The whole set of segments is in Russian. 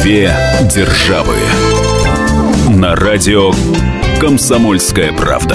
Две державы. На радио «Комсомольская правда».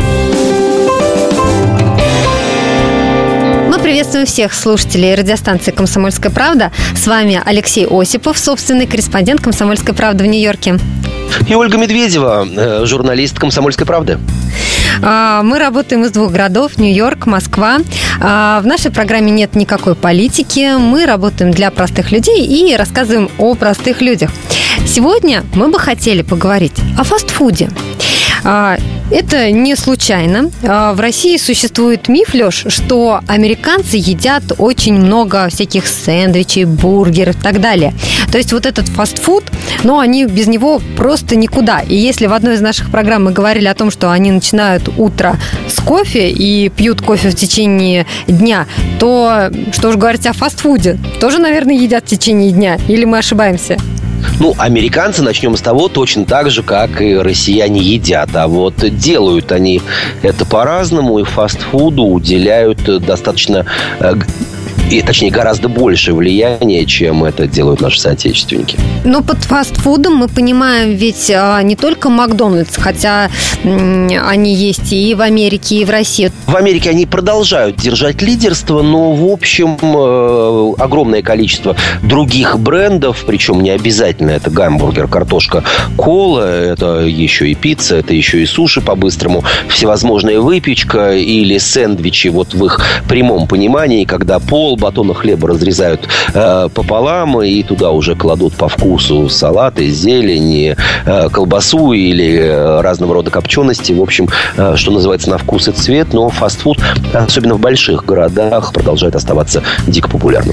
Мы приветствуем всех слушателей радиостанции «Комсомольская правда». С вами Алексей Осипов, собственный корреспондент «Комсомольской правды» в Нью-Йорке. И Ольга Медведева, журналист «Комсомольской правды». Мы работаем из двух городов – Нью-Йорк, Москва. В нашей программе нет никакой политики. Мы работаем для простых людей и рассказываем о простых людях. Сегодня мы бы хотели поговорить о фастфуде. Это не случайно. В России существует миф, Леш, что американцы едят очень много всяких сэндвичей, бургеров и так далее. То есть вот этот фастфуд, но они без него просто никуда. И если в одной из наших программ мы говорили о том, что они начинают утро с кофе и пьют кофе в течение дня, то что же говорить о фастфуде? Тоже, наверное, едят в течение дня? Или мы ошибаемся? Американцы, начнем с того, точно так же, как и россияне едят. А вот делают они это по-разному, и фастфуду уделяют достаточно... точнее, гораздо большее влияние, чем это делают наши соотечественники. Но под фастфудом мы понимаем ведь не только Макдональдс, хотя они есть и в Америке, и в России. В Америке они продолжают держать лидерство, но, в общем, огромное количество других брендов, причем не обязательно это гамбургер, картошка, кола, это еще и пицца, это еще и суши по-быстрому, всевозможная выпечка или сэндвичи вот в их прямом понимании, когда батона хлеба разрезают пополам и туда уже кладут по вкусу салаты, зелень, колбасу или разного рода копчености. В общем, что называется, на вкус и цвет. Но фастфуд, особенно в больших городах, продолжает оставаться дико популярным.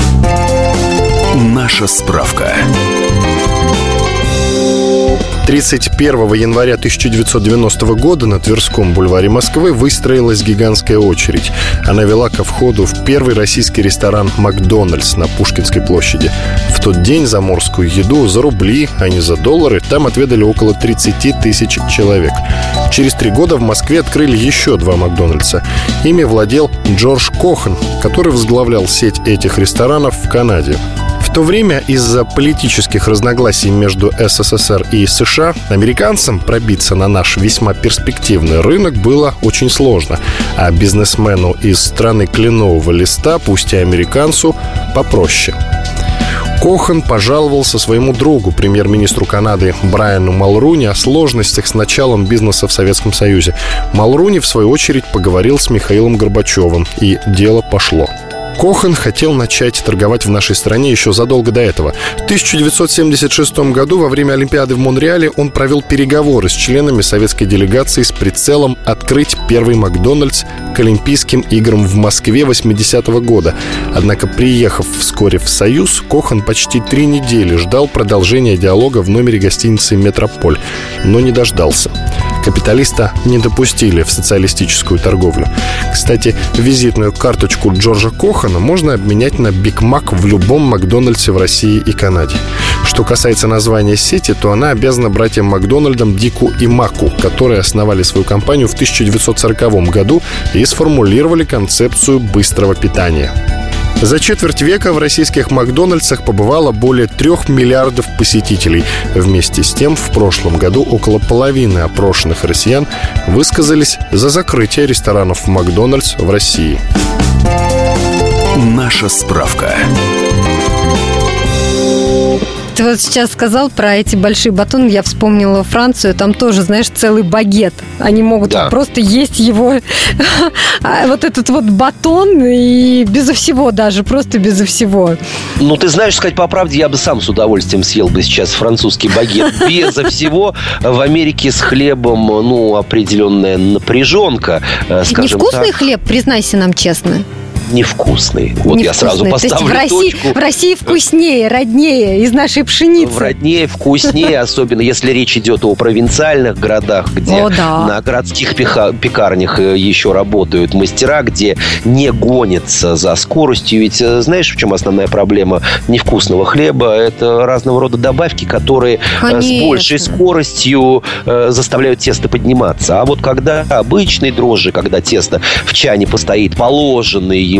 Наша справка. 31 января 1990 года на Тверском бульваре Москвы выстроилась гигантская очередь. Она вела ко входу в первый российский ресторан «Макдональдс» на Пушкинской площади. В тот день заморскую еду за рубли, а не за доллары, там отведали около 30 тысяч человек. Через 3 года в Москве открыли еще 2 «Макдональдса». Ими владел Джордж Кохан, который возглавлял сеть этих ресторанов в Канаде. В то время из-за политических разногласий между СССР и США американцам пробиться на наш весьма перспективный рынок было очень сложно, а бизнесмену из страны кленового листа, пусть и американцу, попроще. Кохан пожаловался своему другу, премьер-министру Канады Брайану Малруни, о сложностях с началом бизнеса в Советском Союзе. Малруни, в свою очередь, поговорил с Михаилом Горбачевым, и дело пошло. Кохан хотел начать торговать в нашей стране еще задолго до этого. В 1976 году во время Олимпиады в Монреале он провел переговоры с членами советской делегации с прицелом открыть первый «Макдональдс» к Олимпийским играм в Москве 80-го года. Однако, приехав вскоре в Союз, Кохан почти 3 недели ждал продолжения диалога в номере гостиницы «Метрополь», но не дождался. Капиталиста не допустили в социалистическую торговлю. Кстати, визитную карточку Джорджа Кохана можно обменять на Биг Мак в любом Макдональдсе в России и Канаде. Что касается названия сети, то она обязана братьям Макдональдам Дику и Маку, которые основали свою компанию в 1940 году и сформулировали концепцию быстрого питания. За четверть века в российских «Макдональдсах» побывало более 3 миллиардов посетителей. Вместе с тем, в прошлом году около половины опрошенных россиян высказались за закрытие ресторанов «Макдональдс» в России. Наша справка. Ты вот сейчас сказал про эти большие батоны, я вспомнила Францию, там тоже, знаешь, целый багет. Они могут просто есть его, вот этот вот батон, и безо всего даже, просто безо всего. Ты знаешь, сказать по правде, я бы сам с удовольствием съел бы сейчас французский багет безо всего. В Америке с хлебом, определенная напряженка, скажем так. Невкусный хлеб, признайся нам честно. Невкусный. Вот я сразу поставлю точку. В России вкуснее, роднее, из нашей пшеницы. Роднее, вкуснее, особенно если речь идет о провинциальных городах, где на городских пекарнях еще работают мастера, где не гонятся за скоростью. Ведь знаешь, в чем основная проблема невкусного хлеба? Это разного рода добавки, которые с большей скоростью заставляют тесто подниматься. А вот когда обычные дрожжи, когда тесто в чане постоит, положенный ему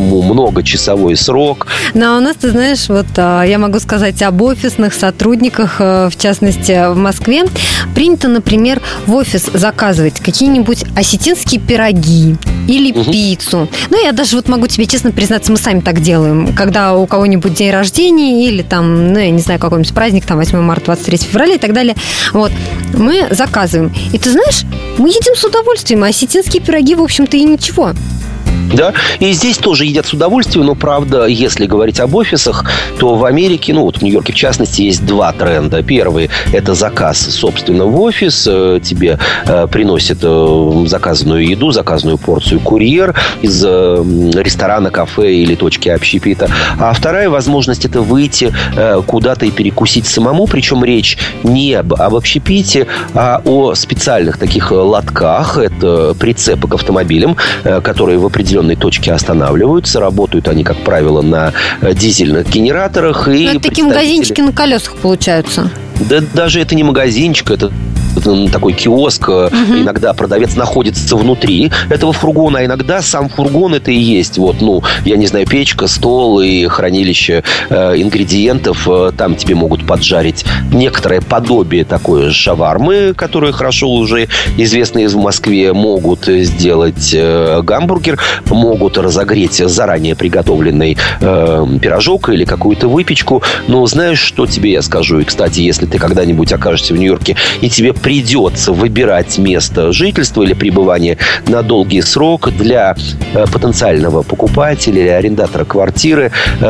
минимум многочасовой срок. Но у нас, ты знаешь, вот я могу сказать об офисных сотрудниках, в частности, в Москве. Принято, например, в офис заказывать какие-нибудь осетинские пироги или пиццу. Ну, я даже вот могу тебе честно признаться, мы сами так делаем. Когда у кого-нибудь день рождения или там, ну, я не знаю, какой-нибудь праздник, там, 8 марта, 23 февраля и так далее, вот, мы заказываем. И ты знаешь, мы едим с удовольствием, а осетинские пироги, в общем-то, и ничего. Да, и здесь тоже едят с удовольствием, но, правда, если говорить об офисах, то в Америке, ну, вот в Нью-Йорке, в частности, есть два тренда. Первый – это заказ, собственно, в офис. Тебе приносит заказанную еду, заказанную порцию курьер из ресторана, кафе или точки общепита. А вторая возможность – это выйти куда-то и перекусить самому. Причем речь не об общепите, а о специальных таких лотках. Это прицепы к автомобилям, которые в определенной точке останавливаются. Работают они, как правило, на дизельных генераторах. И это такие магазинчики на колесах получаются. Да даже это не магазинчик, это такой киоск. Иногда продавец находится внутри этого фургона, а иногда сам фургон это и есть. Вот, ну, я не знаю, печка, стол и хранилище ингредиентов. Там тебе могут поджарить некоторое подобие такой шавармы, которые хорошо уже известны в Москве. Могут сделать гамбургер, могут разогреть заранее приготовленный пирожок или какую-то выпечку. Но знаешь, что тебе я скажу? И, кстати, если ты когда-нибудь окажешься в Нью-Йорке и тебе придется выбирать место жительства или пребывания на долгий срок, для потенциального покупателя или арендатора квартиры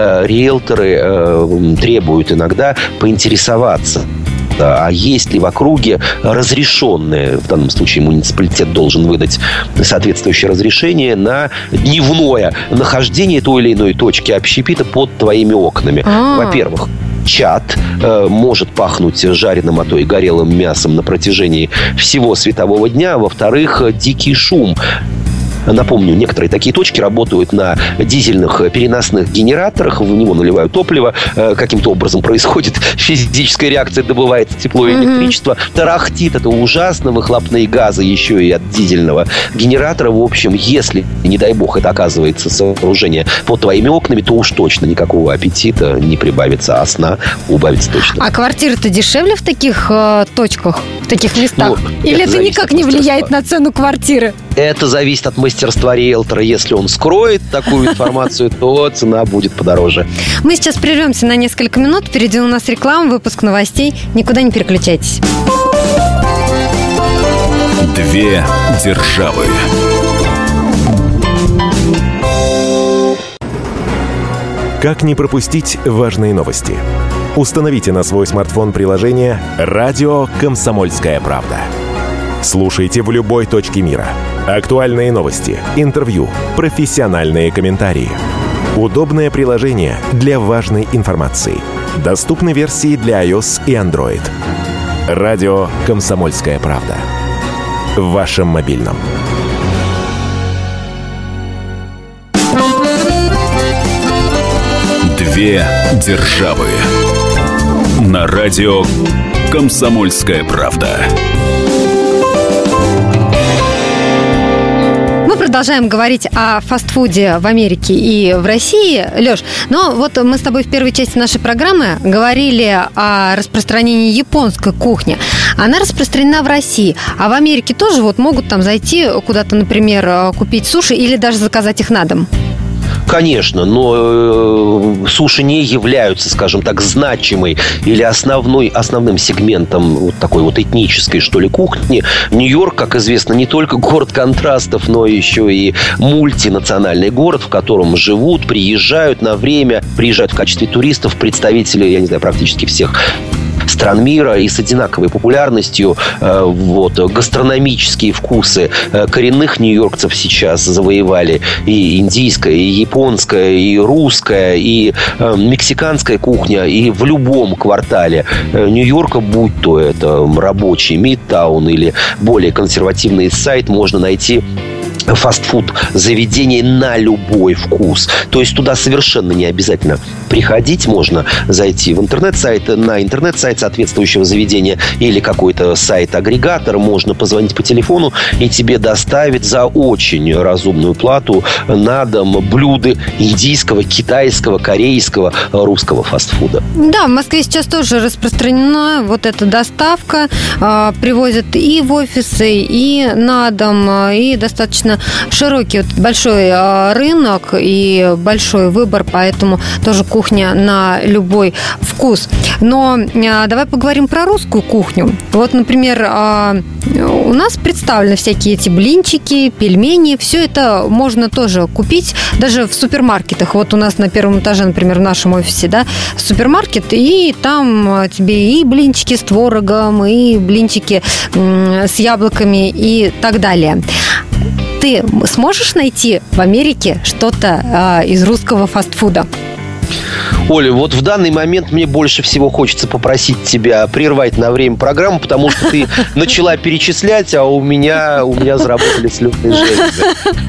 риэлторы требуют иногда поинтересоваться, а есть ли в округе разрешенные, в данном случае муниципалитет должен выдать соответствующее разрешение на дневное нахождение той или иной точки общепита под твоими окнами. Во-первых, чад может пахнуть жареным, а то и горелым мясом на протяжении всего светового дня. Во-вторых, дикий шум. Напомню, некоторые такие точки работают на дизельных переносных генераторах, в него наливают топливо, каким-то образом происходит физическая реакция, добывается тепло и электричество, тарахтит, это ужасно, выхлопные газы еще и от дизельного генератора. В общем, если, не дай бог, это оказывается сооружение под твоими окнами, то уж точно никакого аппетита не прибавится, а сна убавится точно. А квартиры-то дешевле в таких точках, в таких местах? Ну, или это никак не влияет на цену квартиры? Это зависит от мастерства риэлтора. Если он скроет такую информацию, то цена будет подороже. Мы сейчас прервемся на несколько минут. Впереди у нас реклама, выпуск новостей. Никуда не переключайтесь. Две державы. Как не пропустить важные новости? Установите на свой смартфон приложение «Радио Комсомольская правда». Слушайте в любой точке мира. Актуальные новости, интервью, профессиональные комментарии. Удобное приложение для важной информации. Доступны версии для iOS и Android. Радио «Комсомольская правда». В вашем мобильном. Две державы. На радио «Комсомольская правда». Мы продолжаем говорить о фастфуде в Америке и в России. Лёш, но вот мы с тобой в первой части нашей программы говорили о распространении японской кухни. Она распространена в России, а в Америке тоже вот могут там зайти куда-то, например, купить суши или даже заказать их на дом. Конечно, но суши не являются, скажем так, значимой или основным сегментом вот такой вот этнической, что ли, кухни. Нью-Йорк, как известно, не только город контрастов, но еще и мультинациональный город, в котором живут, приезжают на время, приезжают в качестве туристов представители, я не знаю, практически всех стран мира, и с одинаковой популярностью гастрономические вкусы коренных нью-йоркцев сейчас завоевали и индийская, и японская, и русская, и мексиканская кухня. И в любом квартале Нью-Йорка, будь то это рабочий Мидтаун или более консервативный сайт, можно найти фастфуд заведение на любой вкус. То есть туда совершенно не обязательно приходить. Можно зайти в интернет-сайт, на интернет-сайт соответствующего заведения или какой-то сайт-агрегатор. Можно позвонить по телефону, и тебе доставят за очень разумную плату на дом блюда индийского, китайского, корейского, русского фастфуда. Да, в Москве сейчас тоже распространена вот эта доставка. Привозят и в офисы, и на дом, и достаточно широкий, большой рынок и большой выбор, поэтому тоже кухня на любой вкус. Но давай поговорим про русскую кухню. Вот, например, у нас представлены всякие эти блинчики, пельмени. Все это можно тоже купить даже в супермаркетах. Вот у нас на первом этаже, например, в нашем офисе, да, супермаркет, и там тебе и блинчики с творогом, и блинчики с яблоками и так далее. Ты сможешь найти в Америке что-то из русского фастфуда? Оля, вот в данный момент мне больше всего хочется попросить тебя прервать на время программу, потому что ты начала перечислять, а у меня заработали слюнные железы.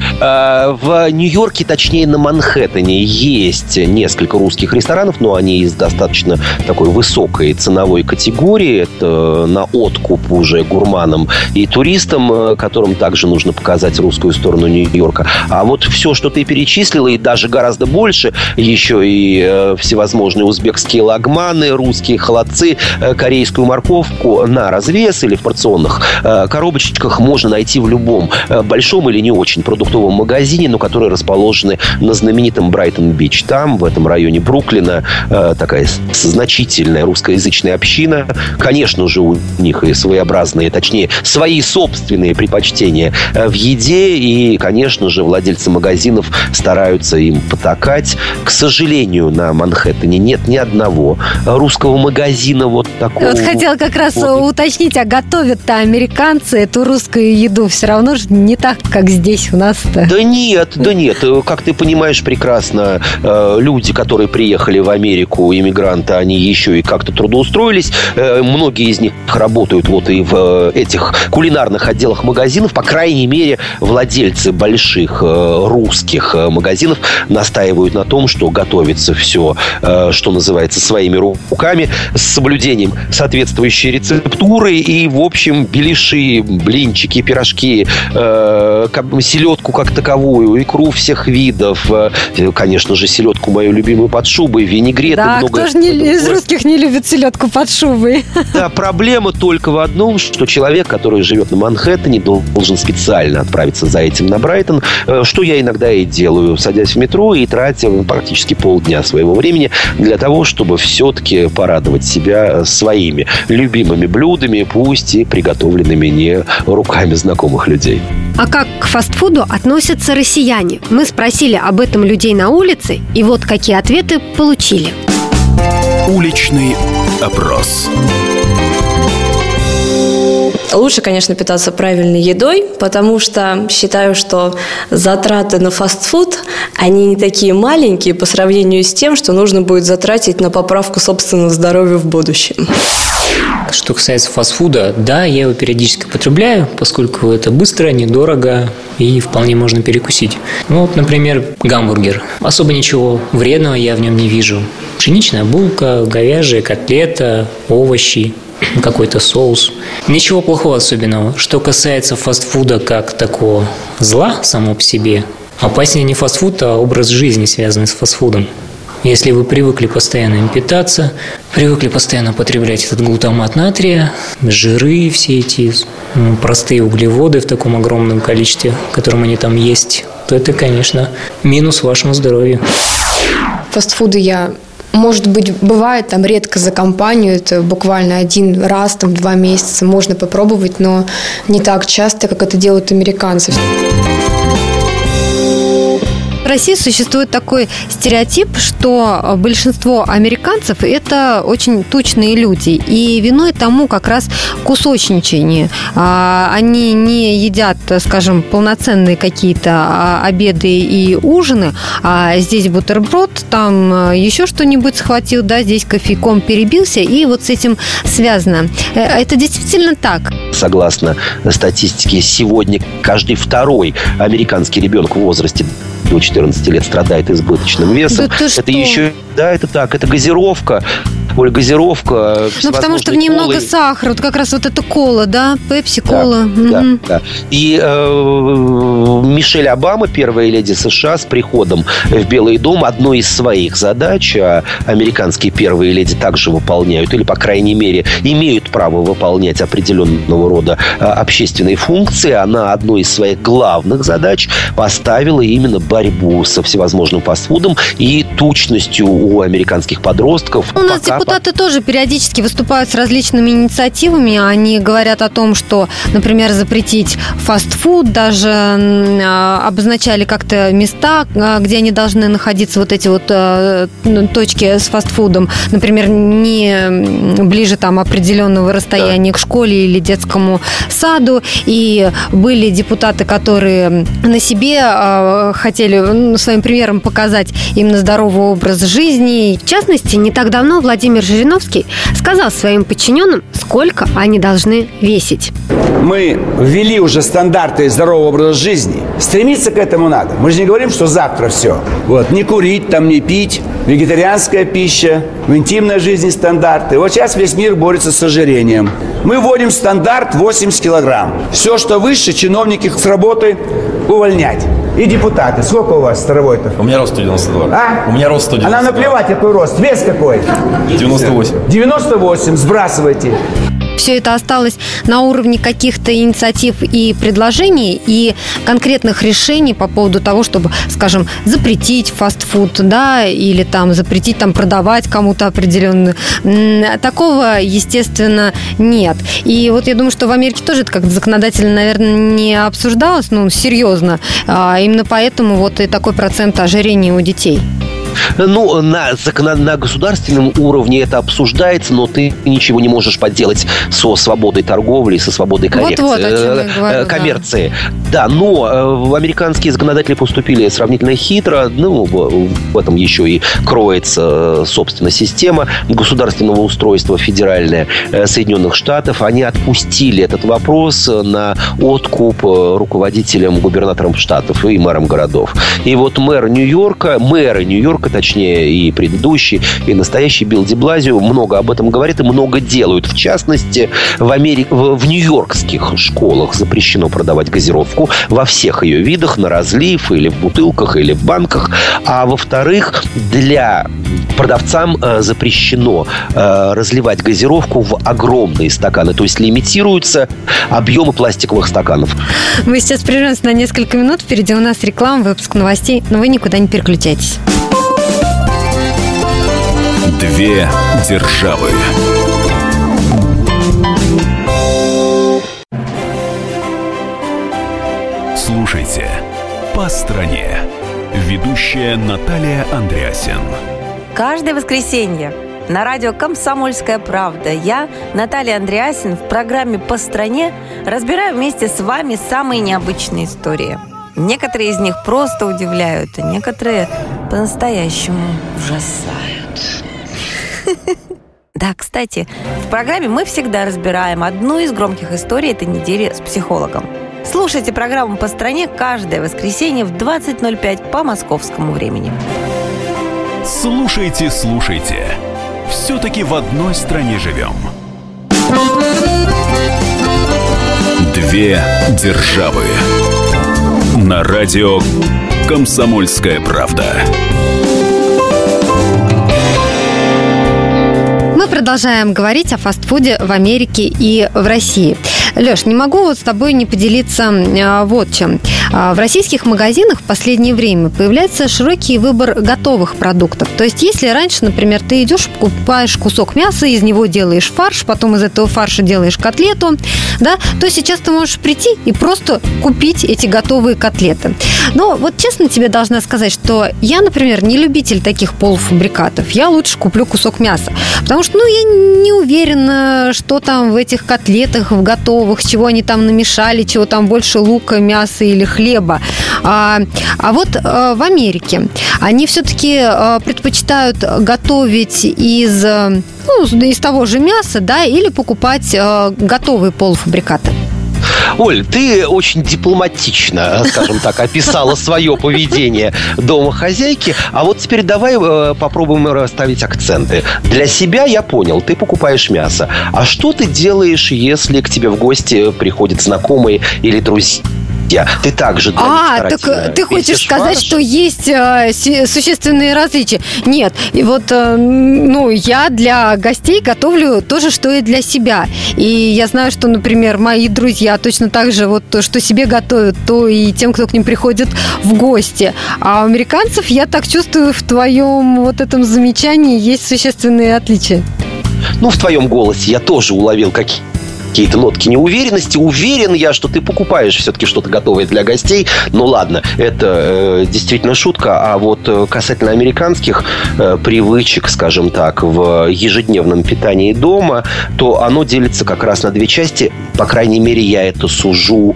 В Нью-Йорке, точнее на Манхэттене, есть несколько русских ресторанов, но они из достаточно такой высокой ценовой категории. Это на откуп уже гурманам и туристам, которым также нужно показать русскую сторону Нью-Йорка. А вот все, что ты перечислила, и даже гораздо больше, еще и всевозможные узбекские лагманы, русские холодцы, корейскую морковку на развес или в порционных коробочках можно найти в любом большом или не очень продуктовом магазине, но которые расположены на знаменитом Брайтон-Бич. Там, в этом районе Бруклина, такая значительная русскоязычная община. Конечно же, у них и своеобразные, точнее, свои собственные предпочтения в еде. И, конечно же, владельцы магазинов стараются им потакать. К сожалению, на Манхэттене нет ни одного русского магазина вот такого. Вот хотела как раз уточнить, а готовят-то американцы эту русскую еду все равно же не так, как здесь у нас-то? Да нет. Как ты понимаешь прекрасно, люди, которые приехали в Америку, иммигранты, они еще и как-то трудоустроились. Многие из них работают вот и в этих кулинарных отделах магазинов. По крайней мере, владельцы больших русских магазинов настаивают на том, что готовится все, что называется, своими руками, с соблюдением соответствующей рецептуры. И, в общем, беляши, блинчики, пирожки, селедку как таковую, икру всех видов. Конечно же, селедку мою любимую под шубой, винегрет. Да, кто же из русских не любит селедку под шубой? Да, проблема только в одном, что человек, который живет на Манхэттене, должен специально отправиться за этим на Брайтон, что я иногда и делаю, садясь в метро и тратя практически полдня своего времени для того, чтобы все-таки порадовать себя своими любимыми блюдами, пусть и приготовленными не руками знакомых людей. А как к фастфуду относятся россияне? Мы спросили об этом людей на улице, и вот какие ответы получили. Уличный опрос. Лучше, конечно, питаться правильной едой, потому что считаю, что затраты на фастфуд, они не такие маленькие по сравнению с тем, что нужно будет затратить на поправку собственного здоровья в будущем. Что касается фастфуда, да, я его периодически потребляю, поскольку это быстро, недорого и вполне можно перекусить. Ну, вот, например, гамбургер. Особо ничего вредного я в нем не вижу. Пшеничная булка, говяжья котлета, овощи, какой-то соус. Ничего плохого особенного. Что касается фастфуда как такого зла само по себе, опаснее не фастфуд, а образ жизни, связанный с фастфудом. Если вы привыкли постоянно им питаться, привыкли постоянно потреблять этот глутамат натрия, жиры, все эти простые углеводы в таком огромном количестве, в котором они там есть, то это, конечно, минус вашему здоровью. Фастфуды может быть, бывает там редко за компанию, это буквально один раз, там 2 месяца можно попробовать, но не так часто, как это делают американцы. В России существует такой стереотип, что большинство американцев – это очень тучные люди. И виной тому как раз кусочничание. Они не едят, скажем, полноценные какие-то обеды и ужины, а здесь бутерброд, там еще что-нибудь схватил, да, здесь кофейком перебился, и вот с этим связано. Это действительно так. Согласно статистике, сегодня каждый второй американский ребенок в возрасте до 14 лет страдает избыточным весом. Да это еще... Да, это так. Это газировка. Газировка. Ну, потому что в ней много сахара. Вот как раз вот эта кола, да? Пепси-кола. Да. И Мишель Обама, первая леди США, с приходом в Белый дом одной из своих задач, американские первые леди также выполняют, или, по крайней мере, имеют право выполнять определенного рода общественные функции. Она одной из своих главных задач поставила именно борьбу со всевозможным фастфудом и тучностью у американских подростков. У нас депутаты тоже периодически выступают с различными инициативами. Они говорят о том, что, например, запретить фастфуд, даже обозначали как-то места, где они должны находиться, вот эти вот точки с фастфудом, например, не ближе там определенного расстояния к школе или детскому саду. И были депутаты, которые на себе хотели своим примером показать именно здоровый образ жизни. В частности, не так давно Владимир Жириновский сказал своим подчиненным, сколько они должны весить. Мы ввели уже стандарты здорового образа жизни. Стремиться к этому надо. Мы же не говорим, что завтра все. Вот, не курить, там, не пить, вегетарианская пища, в интимной жизни стандарты. Вот сейчас весь мир борется с ожирением. Мы вводим стандарт 80 килограмм. Все, что выше, чиновники с работы увольнять. И депутаты. Сколько у вас, Старовойтов? У меня рост 192. У меня рост 192. А нам наплевать, какой рост. Вес какой? 98. 98. Сбрасывайте. Все это осталось на уровне каких-то инициатив и предложений, и конкретных решений по поводу того, чтобы, скажем, запретить фастфуд, да, или там запретить там продавать кому-то определенно. Такого, естественно, нет. И вот я думаю, что в Америке тоже это как-то законодательно, наверное, не обсуждалось, серьезно. Именно поэтому вот и такой процент ожирения у детей. Ну, на государственном уровне это обсуждается, но ты ничего не можешь поделать со свободой торговли, со свободой коммерции. Да, но американские законодатели поступили сравнительно хитро. В этом еще и кроется, собственно, система государственного устройства федеральная Соединенных Штатов. Они отпустили этот вопрос на откуп руководителям, губернаторам штатов и мэрам городов. И вот мэры Нью-Йорка, точнее, и предыдущий, и настоящий Билл де Блазио много об этом говорит и много делают. В частности, в нью-йоркских школах запрещено продавать газировку во всех ее видах, на разлив, или в бутылках, или в банках. А во-вторых, для продавцам запрещено разливать газировку в огромные стаканы, то есть лимитируются объемы пластиковых стаканов. Мы сейчас прервемся на несколько минут. Впереди у нас реклама, выпуск новостей, но вы никуда не переключайтесь. Две державы. Слушайте «По стране». Ведущая Наталья Андреасен. Каждое воскресенье на радио «Комсомольская правда» я, Наталья Андреасен, в программе «По стране» разбираю вместе с вами самые необычные истории. Некоторые из них просто удивляют, а некоторые по-настоящему ужасают. Да, кстати, в программе мы всегда разбираем одну из громких историй этой недели с психологом. Слушайте программу «По стране» каждое воскресенье в 20:05 по московскому времени. Слушайте. Все-таки в одной стране живем. Две державы. На радио «Комсомольская правда». Мы продолжаем говорить о фастфуде в Америке и в России. Леш, не могу вот с тобой не поделиться вот чем. В российских магазинах в последнее время появляется широкий выбор готовых продуктов. То есть, если раньше, например, ты идешь, покупаешь кусок мяса, из него делаешь фарш, потом из этого фарша делаешь котлету, да, то сейчас ты можешь прийти и просто купить эти готовые котлеты. Но вот честно тебе должна сказать, что я, например, не любитель таких полуфабрикатов. Я лучше куплю кусок мяса. Потому что, я не уверена, что там в этих котлетах, в готовых, чего они там намешали, чего там больше лука, мяса или хлеба. А вот в Америке они все-таки предпочитают готовить из того же мяса, да, или покупать готовые полуфабрикаты. Оль, ты очень дипломатично, скажем так, описала свое поведение домохозяйки. А вот теперь давай попробуем расставить акценты. Для себя я понял, ты покупаешь мясо. А что ты делаешь, если к тебе в гости приходят знакомые или друзья? Ты также для них так ты хочешь сказать, что есть существенные различия? Нет. И вот, я для гостей готовлю то же, что и для себя. И я знаю, что, например, мои друзья точно так же вот то, что себе готовят, то и тем, кто к ним приходит в гости. А у американцев, я так чувствую, в твоем вот этом замечании есть существенные отличия. В твоем голосе я тоже уловил какие-то нотки неуверенности. Уверен я, что ты покупаешь все-таки что-то готовое для гостей. Ну ладно, это действительно шутка. А вот касательно американских привычек, скажем так, в ежедневном питании дома, то оно делится как раз на две части. По крайней мере, я это сужу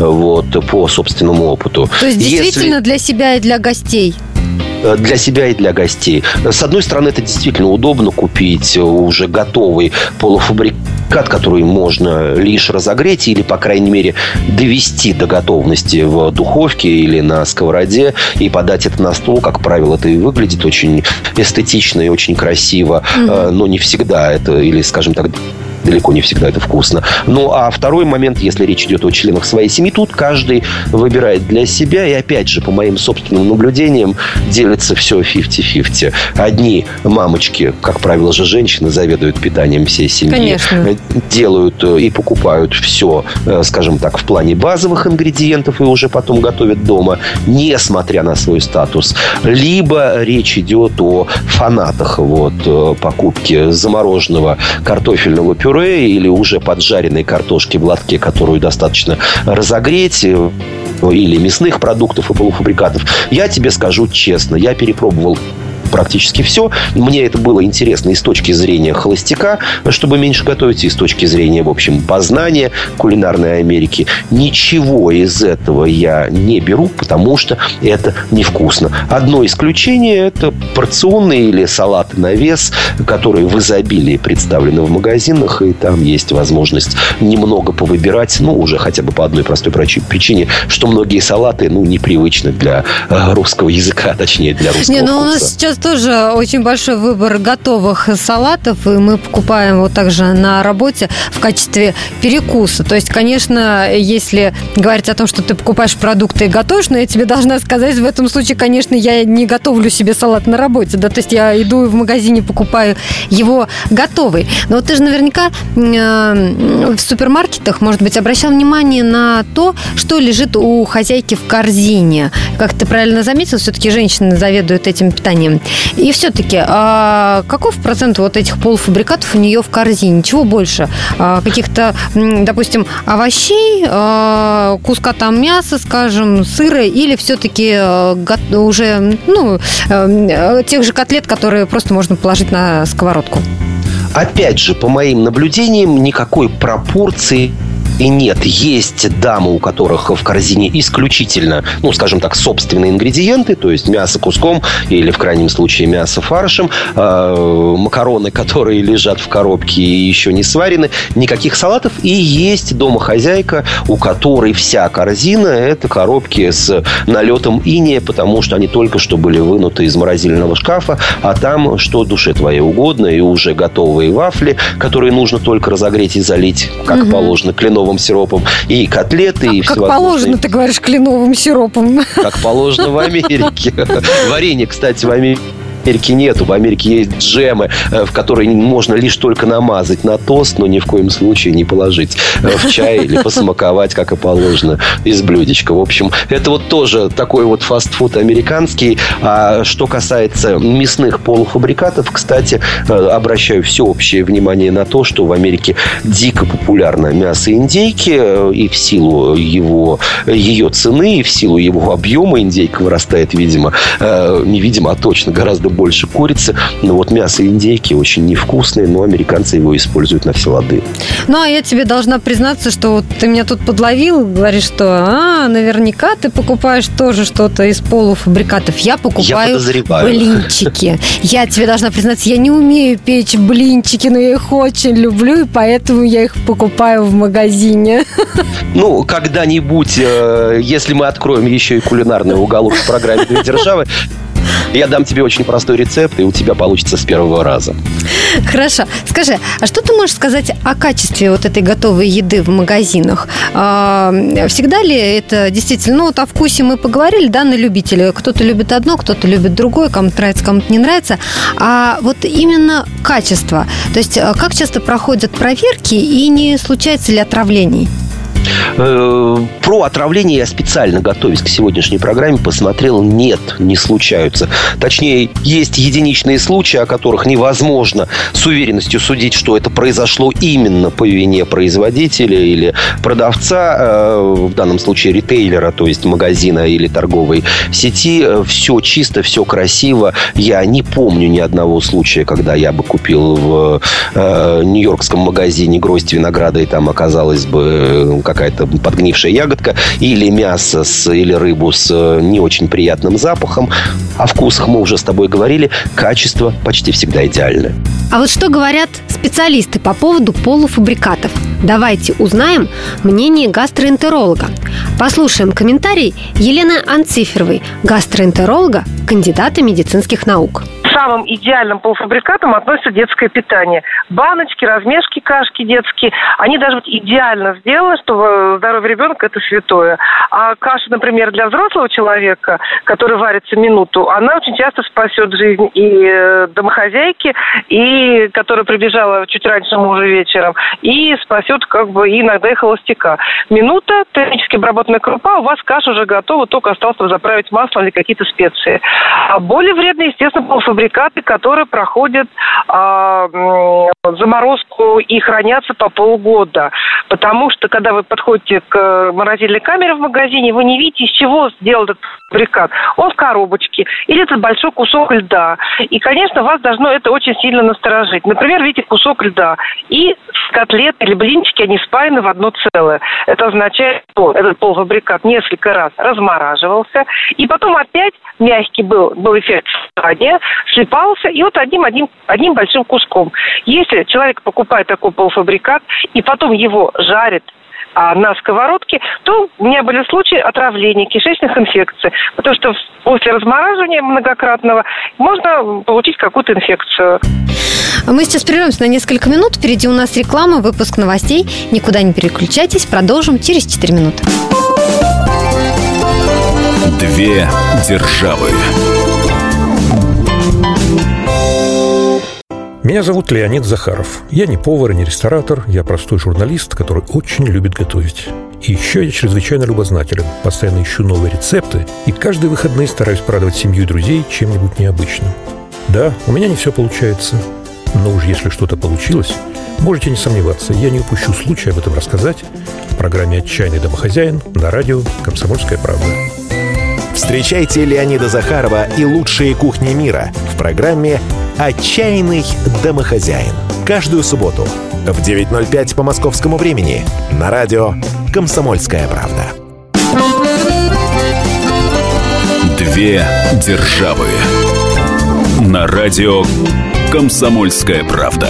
по собственному опыту. То есть действительно для себя и для гостей? Для себя и для гостей. С одной стороны, это действительно удобно купить уже готовый полуфабрикат, который можно лишь разогреть или, по крайней мере, довести до готовности в духовке или на сковороде и подать это на стол. Как правило, это и выглядит очень эстетично и очень красиво. Но не всегда это, или, скажем так, далеко не всегда это вкусно. Ну, а второй момент, если речь идет о членах своей семьи, тут каждый выбирает для себя. И опять же, по моим собственным наблюдениям, делится все 50-50. Одни мамочки, как правило же женщины, заведуют питанием всей семьи. Конечно. Делают и покупают все, скажем так, в плане базовых ингредиентов и уже потом готовят дома, несмотря на свой статус. Либо речь идет о фанатах покупки замороженного картофельного пюре или уже поджаренной картошки в лотке, которую достаточно разогреть, или мясных продуктов и полуфабрикатов. Я тебе скажу честно, я перепробовал практически все. Мне это было интересно и с точки зрения холостяка, чтобы меньше готовить, и с точки зрения, в общем, познания кулинарной Америки. Ничего из этого я не беру, потому что это невкусно. Одно исключение – это порционные или салаты на вес, которые в изобилии представлены в магазинах, и там есть возможность немного повыбирать, уже хотя бы по одной простой причине, что многие салаты, непривычны для русского языка, точнее, для русского вкуса. У нас сейчас тоже очень большой выбор готовых салатов, и мы покупаем вот также на работе в качестве перекуса. То есть, конечно, если говорить о том, что ты покупаешь продукты и готовишь, но я тебе должна сказать, в этом случае, конечно, я не готовлю себе салат на работе, да, то есть я иду в магазине, покупаю его готовый. Но вот ты же наверняка в супермаркетах, может быть, обращал внимание на то, что лежит у хозяйки в корзине. Как ты правильно заметил, все-таки женщины заведуют этим питанием. И все-таки, каков процент вот этих полуфабрикатов у нее в корзине? Чего больше? Каких-то, допустим, овощей, куска там мяса, скажем, сыра, или все-таки уже, тех же котлет, которые просто можно положить на сковородку? Опять же, по моим наблюдениям, никакой пропорции и нет. Есть дамы, у которых в корзине исключительно, скажем так, собственные ингредиенты, то есть мясо куском или, в крайнем случае, мясо фаршем, макароны, которые лежат в коробке и еще не сварены, никаких салатов. И есть домохозяйка, у которой вся корзина – это коробки с налетом инея, потому что они только что были вынуты из морозильного шкафа, а там что душе твоей угодно, и уже готовые вафли, которые нужно только разогреть и залить, как положено, кленовым сиропом, и котлеты, и как положено, ты говоришь, кленовым сиропом. Как положено в Америке. Варенье, кстати, в Америке нету. В Америке есть джемы, в которые можно лишь только намазать на тост, но ни в коем случае не положить в чай или посмаковать, как и положено, из блюдечка. В общем, это вот тоже такой вот фастфуд американский. А что касается мясных полуфабрикатов, кстати, обращаю всеобщее внимание на то, что в Америке дико популярно мясо индейки, и в силу ее цены, и в силу его объема индейка вырастает, видимо, не видимо, а точно гораздо больше курицы. Но вот мясо индейки очень невкусное, но американцы его используют на все лады. Ну, а я тебе должна признаться, что вот ты меня тут подловил, говоришь, что наверняка ты покупаешь тоже что-то из полуфабрикатов. Я покупаю блинчики. Я тебе должна признаться, я не умею печь блинчики, но я их очень люблю, и поэтому я их покупаю в магазине. Ну, когда-нибудь, если мы откроем еще и кулинарный уголок в программе «Две державы», я дам тебе очень простой рецепт, и у тебя получится с первого раза. Хорошо. Скажи, а что ты можешь сказать о качестве вот этой готовой еды в магазинах? Всегда ли это действительно... Ну, вот о вкусе мы поговорили, да, на любителя. Кто-то любит одно, кто-то любит другое, кому-то нравится, кому-то не нравится. А вот именно качество. То есть, как часто проходят проверки и не случается ли отравлений? Про отравление я специально, готовясь к сегодняшней программе, посмотрел. Нет, не случаются. Точнее, есть единичные случаи, о которых невозможно с уверенностью судить, что это произошло именно по вине производителя или продавца, в данном случае ритейлера, то есть магазина или торговой сети. Все чисто, все красиво. Я не помню ни одного случая, когда я бы купил в нью-йоркском магазине гроздь винограда, и там оказалась бы какая-то подгнившая ягодка, или мясо или рыбу с не очень приятным запахом. О вкусах мы уже с тобой говорили. Качество почти всегда идеальное. А вот что говорят специалисты по поводу полуфабрикатов? Давайте узнаем мнение гастроэнтеролога. Послушаем комментарий Елены Анциферовой, гастроэнтеролога, кандидата медицинских наук. Самым идеальным полуфабрикатом относится детское питание. Баночки, размешки, кашки детские, они должны быть идеально сделаны, чтобы здоровье ребенка – это святое. А каша, например, для взрослого человека, которая варится минуту, она очень часто спасет жизнь и домохозяйки, и которая прибежала чуть раньше мужа вечером, и спасет и иногда и холостяка. Минута, термически обработанная крупа, у вас каша уже готова, только осталось заправить маслом или какие-то специи. А более вредные, естественно, полуфабрикаты, которые проходят заморозку и хранятся по полгода. Потому что, когда вы подходите к морозильной камере в магазине, вы не видите, из чего сделан этот фабрикат. Он в коробочке. Или это большой кусок льда. И, конечно, вас должно это очень сильно насторожить. Например, видите кусок льда. И котлеты или блинчики, они спаяны в одно целое. Это означает, что этот полуфабрикат несколько раз размораживался. И потом опять мягкий был эффект спаяния, слипался, и вот одним большим куском. Если человек покупает такой полуфабрикат и потом его жарит на сковородке, то у меня были случаи отравления, кишечных инфекций. Потому что после размораживания многократного можно получить какую-то инфекцию. Мы сейчас прервемся на несколько минут. Впереди у нас реклама, выпуск новостей. Никуда не переключайтесь. Продолжим через 4 минуты. Две державы. Меня зовут Леонид Захаров. Я не повар и не ресторатор, я простой журналист, который очень любит готовить. И еще я чрезвычайно любознателен, постоянно ищу новые рецепты и каждые выходные стараюсь порадовать семью и друзей чем-нибудь необычным. Да, у меня не все получается, но уж если что-то получилось, можете не сомневаться, я не упущу случая об этом рассказать в программе «Отчаянный домохозяин» на радио «Комсомольская правда». Встречайте Леонида Захарова и лучшие кухни мира в программе «Отчаянный домохозяин». Каждую субботу в 9:05 по московскому времени на радио «Комсомольская правда». Две державы. На радио «Комсомольская правда».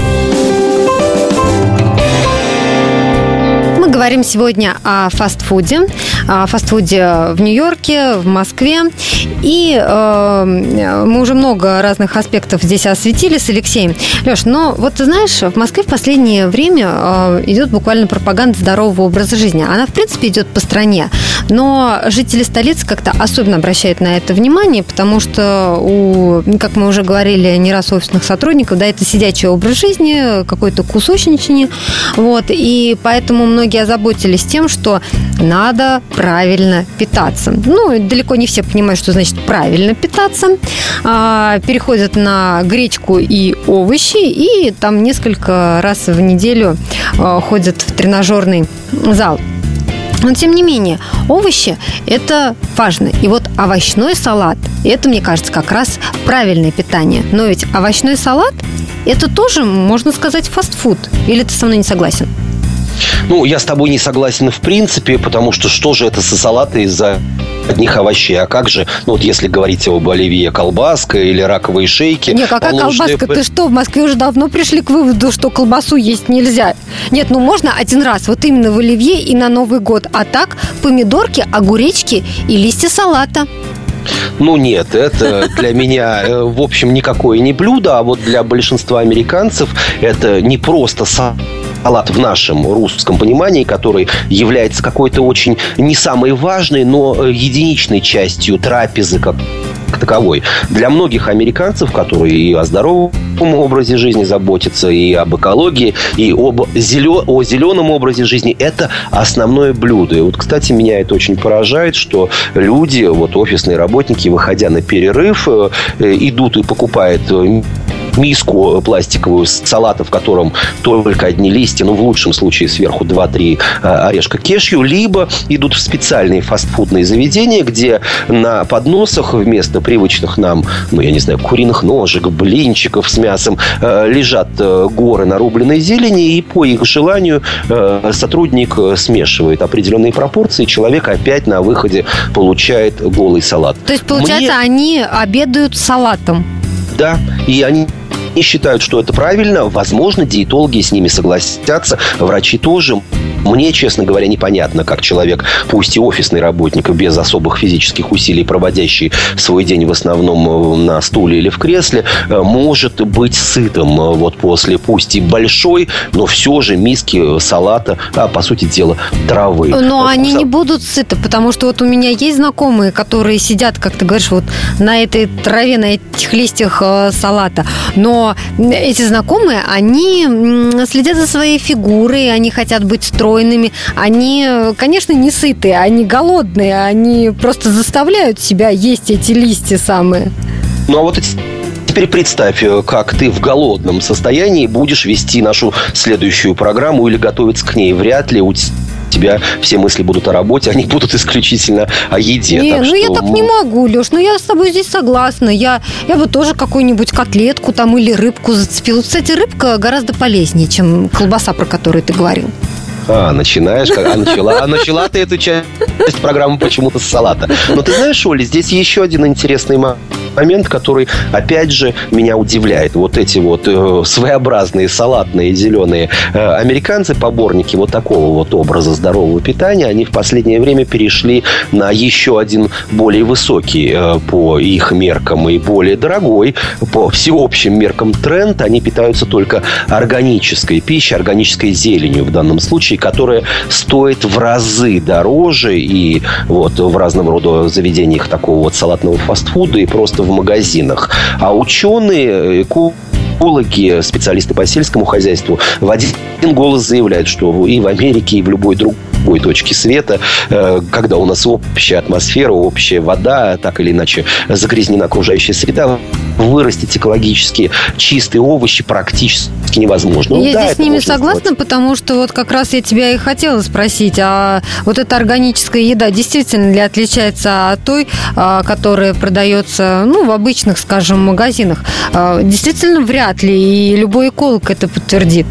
Говорим сегодня о фастфуде. О фастфуде в Нью-Йорке, в Москве. И мы уже много разных аспектов здесь осветили с Алексеем. Леш, но вот ты знаешь, в Москве в последнее время идет буквально пропаганда здорового образа жизни. Она, в принципе, идет по стране. Но жители столицы как-то особенно обращают на это внимание, потому что как мы уже говорили не раз, офисных сотрудников, да, это сидячий образ жизни, какое-то кусочничание. Вот, и поэтому многие озаботились тем, что надо правильно питаться. Ну, далеко не все понимают, что значит правильно питаться. Переходят на гречку и овощи, и там несколько раз в неделю ходят в тренажерный зал. Но, тем не менее, овощи – это важно. И вот овощной салат. И это, мне кажется, как раз правильное питание. Но ведь овощной салат – это тоже, можно сказать, фастфуд. Или ты со мной не согласен? Ну, я с тобой не согласен в принципе, потому что же это за салаты из-за одних овощей? А как же, ну, вот если говорить об оливье, колбаска или раковые шейки... Не, какая колбаска? Ты что, в Москве уже давно пришли к выводу, что колбасу есть нельзя? Нет, ну можно один раз, вот именно в оливье и на Новый год. А так помидорки, огуречки и листья салата. Ну нет, это для меня, в общем, никакое не блюдо, а вот для большинства американцев это не просто салат в нашем русском понимании, который является какой-то очень не самой важной, но единичной частью трапезы как таковой. Для многих американцев, которые и о здоровом образе жизни заботятся, и об экологии, и о зеленом образе жизни, это основное блюдо. И вот, кстати, меня это очень поражает, что люди, вот офисные работники, выходя на перерыв, идут и покупают миску пластиковую с салата, в котором только одни листья, ну, в лучшем случае сверху 2-3 орешка кешью, либо идут в специальные фастфудные заведения, где на подносах вместо привычных нам, ну, я не знаю, куриных ножек, блинчиков с мясом, лежат горы нарубленной зелени, и по их желанию сотрудник смешивает определенные пропорции, человек опять на выходе получает голый салат. То есть, получается, они обедают салатом? Да, и они считают, что это правильно. Возможно, диетологи с ними согласятся, врачи тоже. Мне, честно говоря, непонятно, как человек, пусть и офисный работник, без особых физических усилий, проводящий свой день в основном на стуле или в кресле, может быть сытым вот после, пусть и большой, но все же миски салата, по сути дела, травы. Но они не будут сыты, потому что вот у меня есть знакомые, которые сидят, как ты говоришь, вот на этой траве, на этих листьях салата. Но эти знакомые, они следят за своей фигурой, они хотят быть стройными. Они, конечно, не сытые, они голодные, они просто заставляют себя есть эти листья самые. Ну, а вот теперь представь, как ты в голодном состоянии будешь вести нашу следующую программу или готовиться к ней. Вряд ли у тебя все мысли будут о работе, они будут исключительно о еде. Не, так я так не могу, Леш, я с тобой здесь согласна. Я бы тоже какую-нибудь котлетку там или рыбку зацепила. Кстати, рыбка гораздо полезнее, чем колбаса, про которую ты говорил. Начинаешь, начала ты эту часть программы почему-то с салата. Но ты знаешь, Оля, здесь еще один интересный момент, который, опять же, меня удивляет. Вот эти вот своеобразные салатные зеленые американцы, поборники вот такого вот образа здорового питания, они в последнее время перешли на еще один более высокий по их меркам и более дорогой по всеобщим меркам тренд. Они питаются только органической пищей, органической зеленью в данном случае, которая стоит в разы дороже и вот в разного рода заведениях такого вот салатного фастфуда и просто в магазинах. А ученые, экологи, специалисты по сельскому хозяйству в один голос заявляют, что и в Америке, и в любой другой точке света, когда у нас общая атмосфера, общая вода, так или иначе загрязнена окружающая среда, вырастить экологически чистые овощи практически невозможно. Я здесь с ними согласна, потому что вот как раз я тебя и хотела спросить, а вот эта органическая еда действительно ли отличается от той, которая продается, в обычных, скажем, магазинах? Действительно, вряд ли, и любой эколог это подтвердит.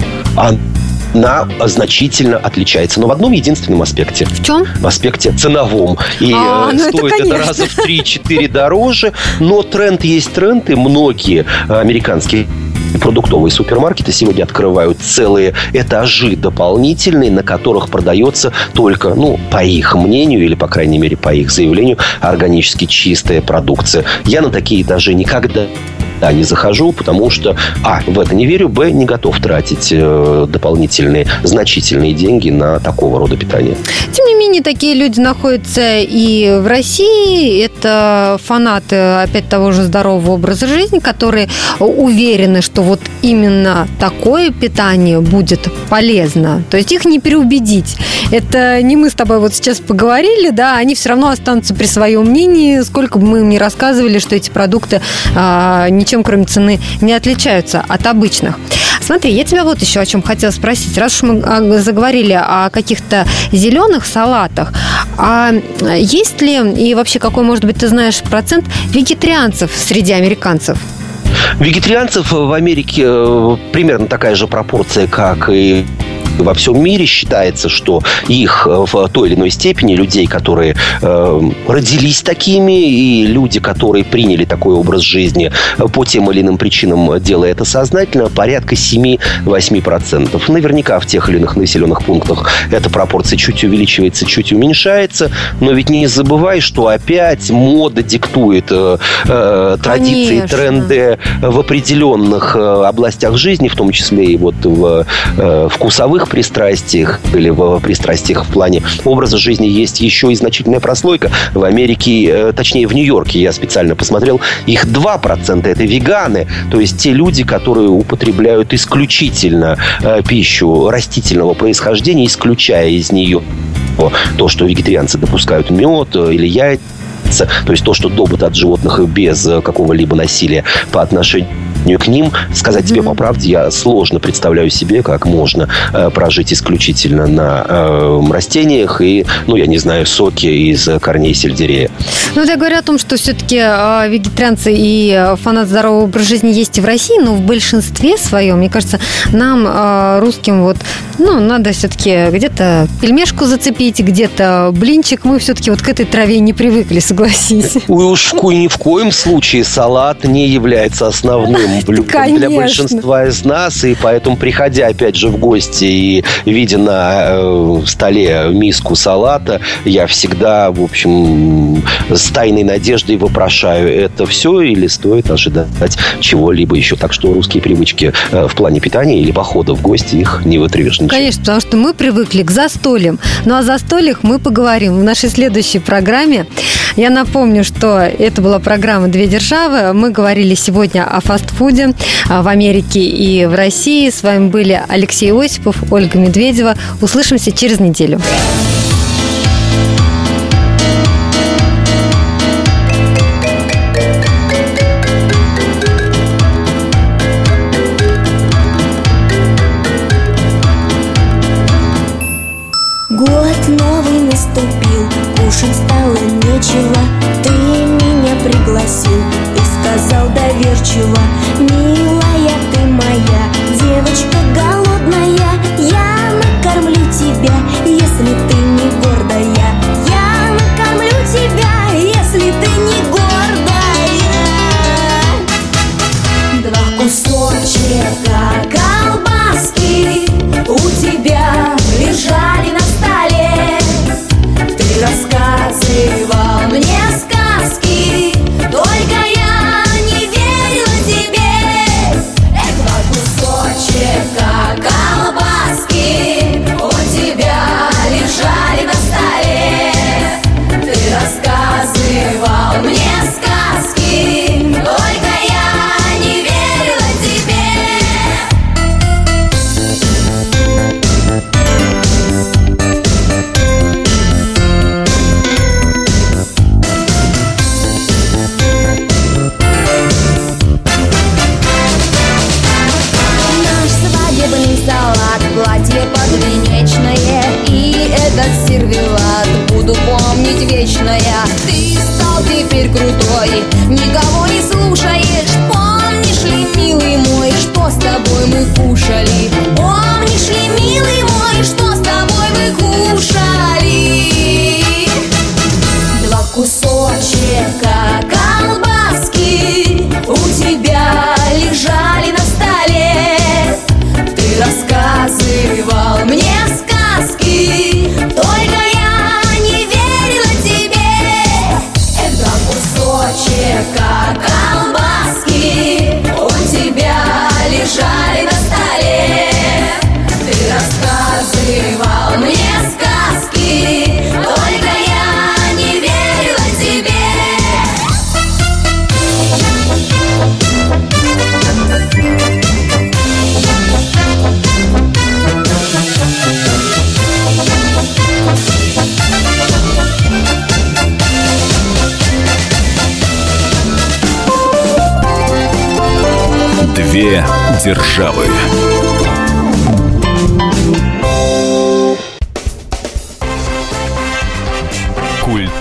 Она значительно отличается, но в одном единственном аспекте. В чем? В аспекте ценовом. И стоит это раза в 3-4 дороже. Но тренд есть тренд, и многие американские продуктовые супермаркеты сегодня открывают целые этажи дополнительные, на которых продается только, по их мнению, или, по крайней мере, по их заявлению, органически чистая продукция. Я на такие этажи никогда не захожу, потому что, в это не верю, не готов тратить дополнительные, значительные деньги на такого рода питание. Тем не менее, такие люди находятся и в России. Это фанаты, опять, того же здорового образа жизни, которые уверены, что вот именно такое питание будет полезно. То есть их не переубедить. Это не мы с тобой вот сейчас поговорили, да, они все равно останутся при своем мнении, сколько бы мы им ни рассказывали, что эти продукты ничем, кроме цены, не отличаются от обычных. Смотри, я тебя вот еще о чем хотела спросить. Раз уж мы заговорили о каких-то зеленых салатах, А есть ли, и вообще какой, может быть, ты знаешь процент вегетарианцев среди американцев? Вегетарианцев в Америке примерно такая же пропорция, как и во всем мире. Считается, что их в той или иной степени, людей, которые родились такими, и люди, которые приняли такой образ жизни по тем или иным причинам, делая это сознательно, порядка 7-8%. Наверняка в тех или иных населенных пунктах эта пропорция чуть увеличивается, чуть уменьшается. Но ведь не забывай, что опять мода диктует традиции, конечно, тренды в определенных областях жизни, в том числе и вот в вкусовых пристрастиях или в пристрастиях в плане образа жизни есть еще и значительная прослойка. В Америке, точнее в Нью-Йорке, я специально посмотрел, их 2% это веганы, то есть те люди, которые употребляют исключительно пищу растительного происхождения, исключая из нее то, что вегетарианцы допускают мед или яйца, то есть то, что добыто от животных без какого-либо насилия по отношению к ним. Сказать тебе по правде, я сложно представляю себе, как можно прожить исключительно на растениях и, я не знаю, соки из корней сельдерея. Я говорю о том, что все-таки вегетарианцы и фанаты здорового образа жизни есть и в России, но в большинстве своем, мне кажется, нам, русским, надо все-таки где-то пельмешку зацепить, где-то блинчик. Мы все-таки к этой траве не привыкли, согласись. Уж ни в коем случае салат не является основным блюдом для большинства из нас, и поэтому, приходя опять же в гости и видя на столе миску салата, я всегда, в общем, с тайной надеждой вопрошаю, это все или стоит ожидать чего-либо еще. Так что русские привычки в плане питания или похода в гости, их не вытрешь ничего. Конечно, потому что мы привыкли к застольям. Ну, о застольях мы поговорим в нашей следующей программе. Я напомню, что это была программа «Две державы». Мы говорили сегодня о фастфуде в Америке и в России. С вами были Алексей Осипов, Ольга Медведева. Услышимся через неделю. Год новый наступил, кушать стало нечего. Ты меня пригласил и сказал доверчиво: милая ты моя, девочка голодная, я накормлю тебя, если ты не гордая. Я накормлю тебя, если ты не гордая. 2 кусочка колбаски у тебя лежали на столе. Ты рассказывал мне сказки, только я не верила тебе. 2 кусочка колбаски у тебя лежали на столе. Ты рассказывал мне сказки, только я не верила тебе. Салат, платье подвенечное и этот сервелат буду помнить вечное. Ты стал теперь крутой, никого не слушаешь. Помнишь ли, милый мой, что с тобой мы кушали? Помнишь ли, милый мой, что с тобой мы кушали? 2 кусочка колбаски у тебя лежали на столе. Ты рассказывал мне сказки, только я не верила тебе. 2 кусочка колбаски у тебя лежали на столе. Ты рассказывал мне сказки, только я не верила тебе. Две державы.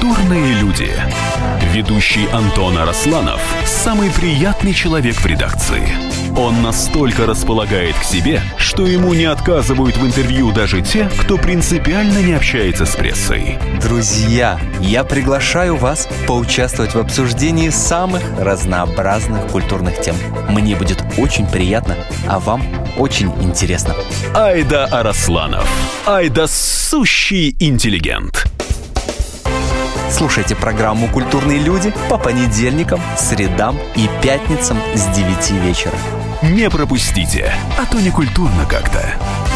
Культурные люди. Ведущий Антон Арасланов – самый приятный человек в редакции. Он настолько располагает к себе, что ему не отказывают в интервью даже те, кто принципиально не общается с прессой. Друзья, я приглашаю вас поучаствовать в обсуждении самых разнообразных культурных тем. Мне будет очень приятно, а вам очень интересно. Айда Арасланов. Айда сущий интеллигент. Слушайте программу «Культурные люди» по понедельникам, средам и пятницам с 9 вечера. Не пропустите, а то не культурно как-то.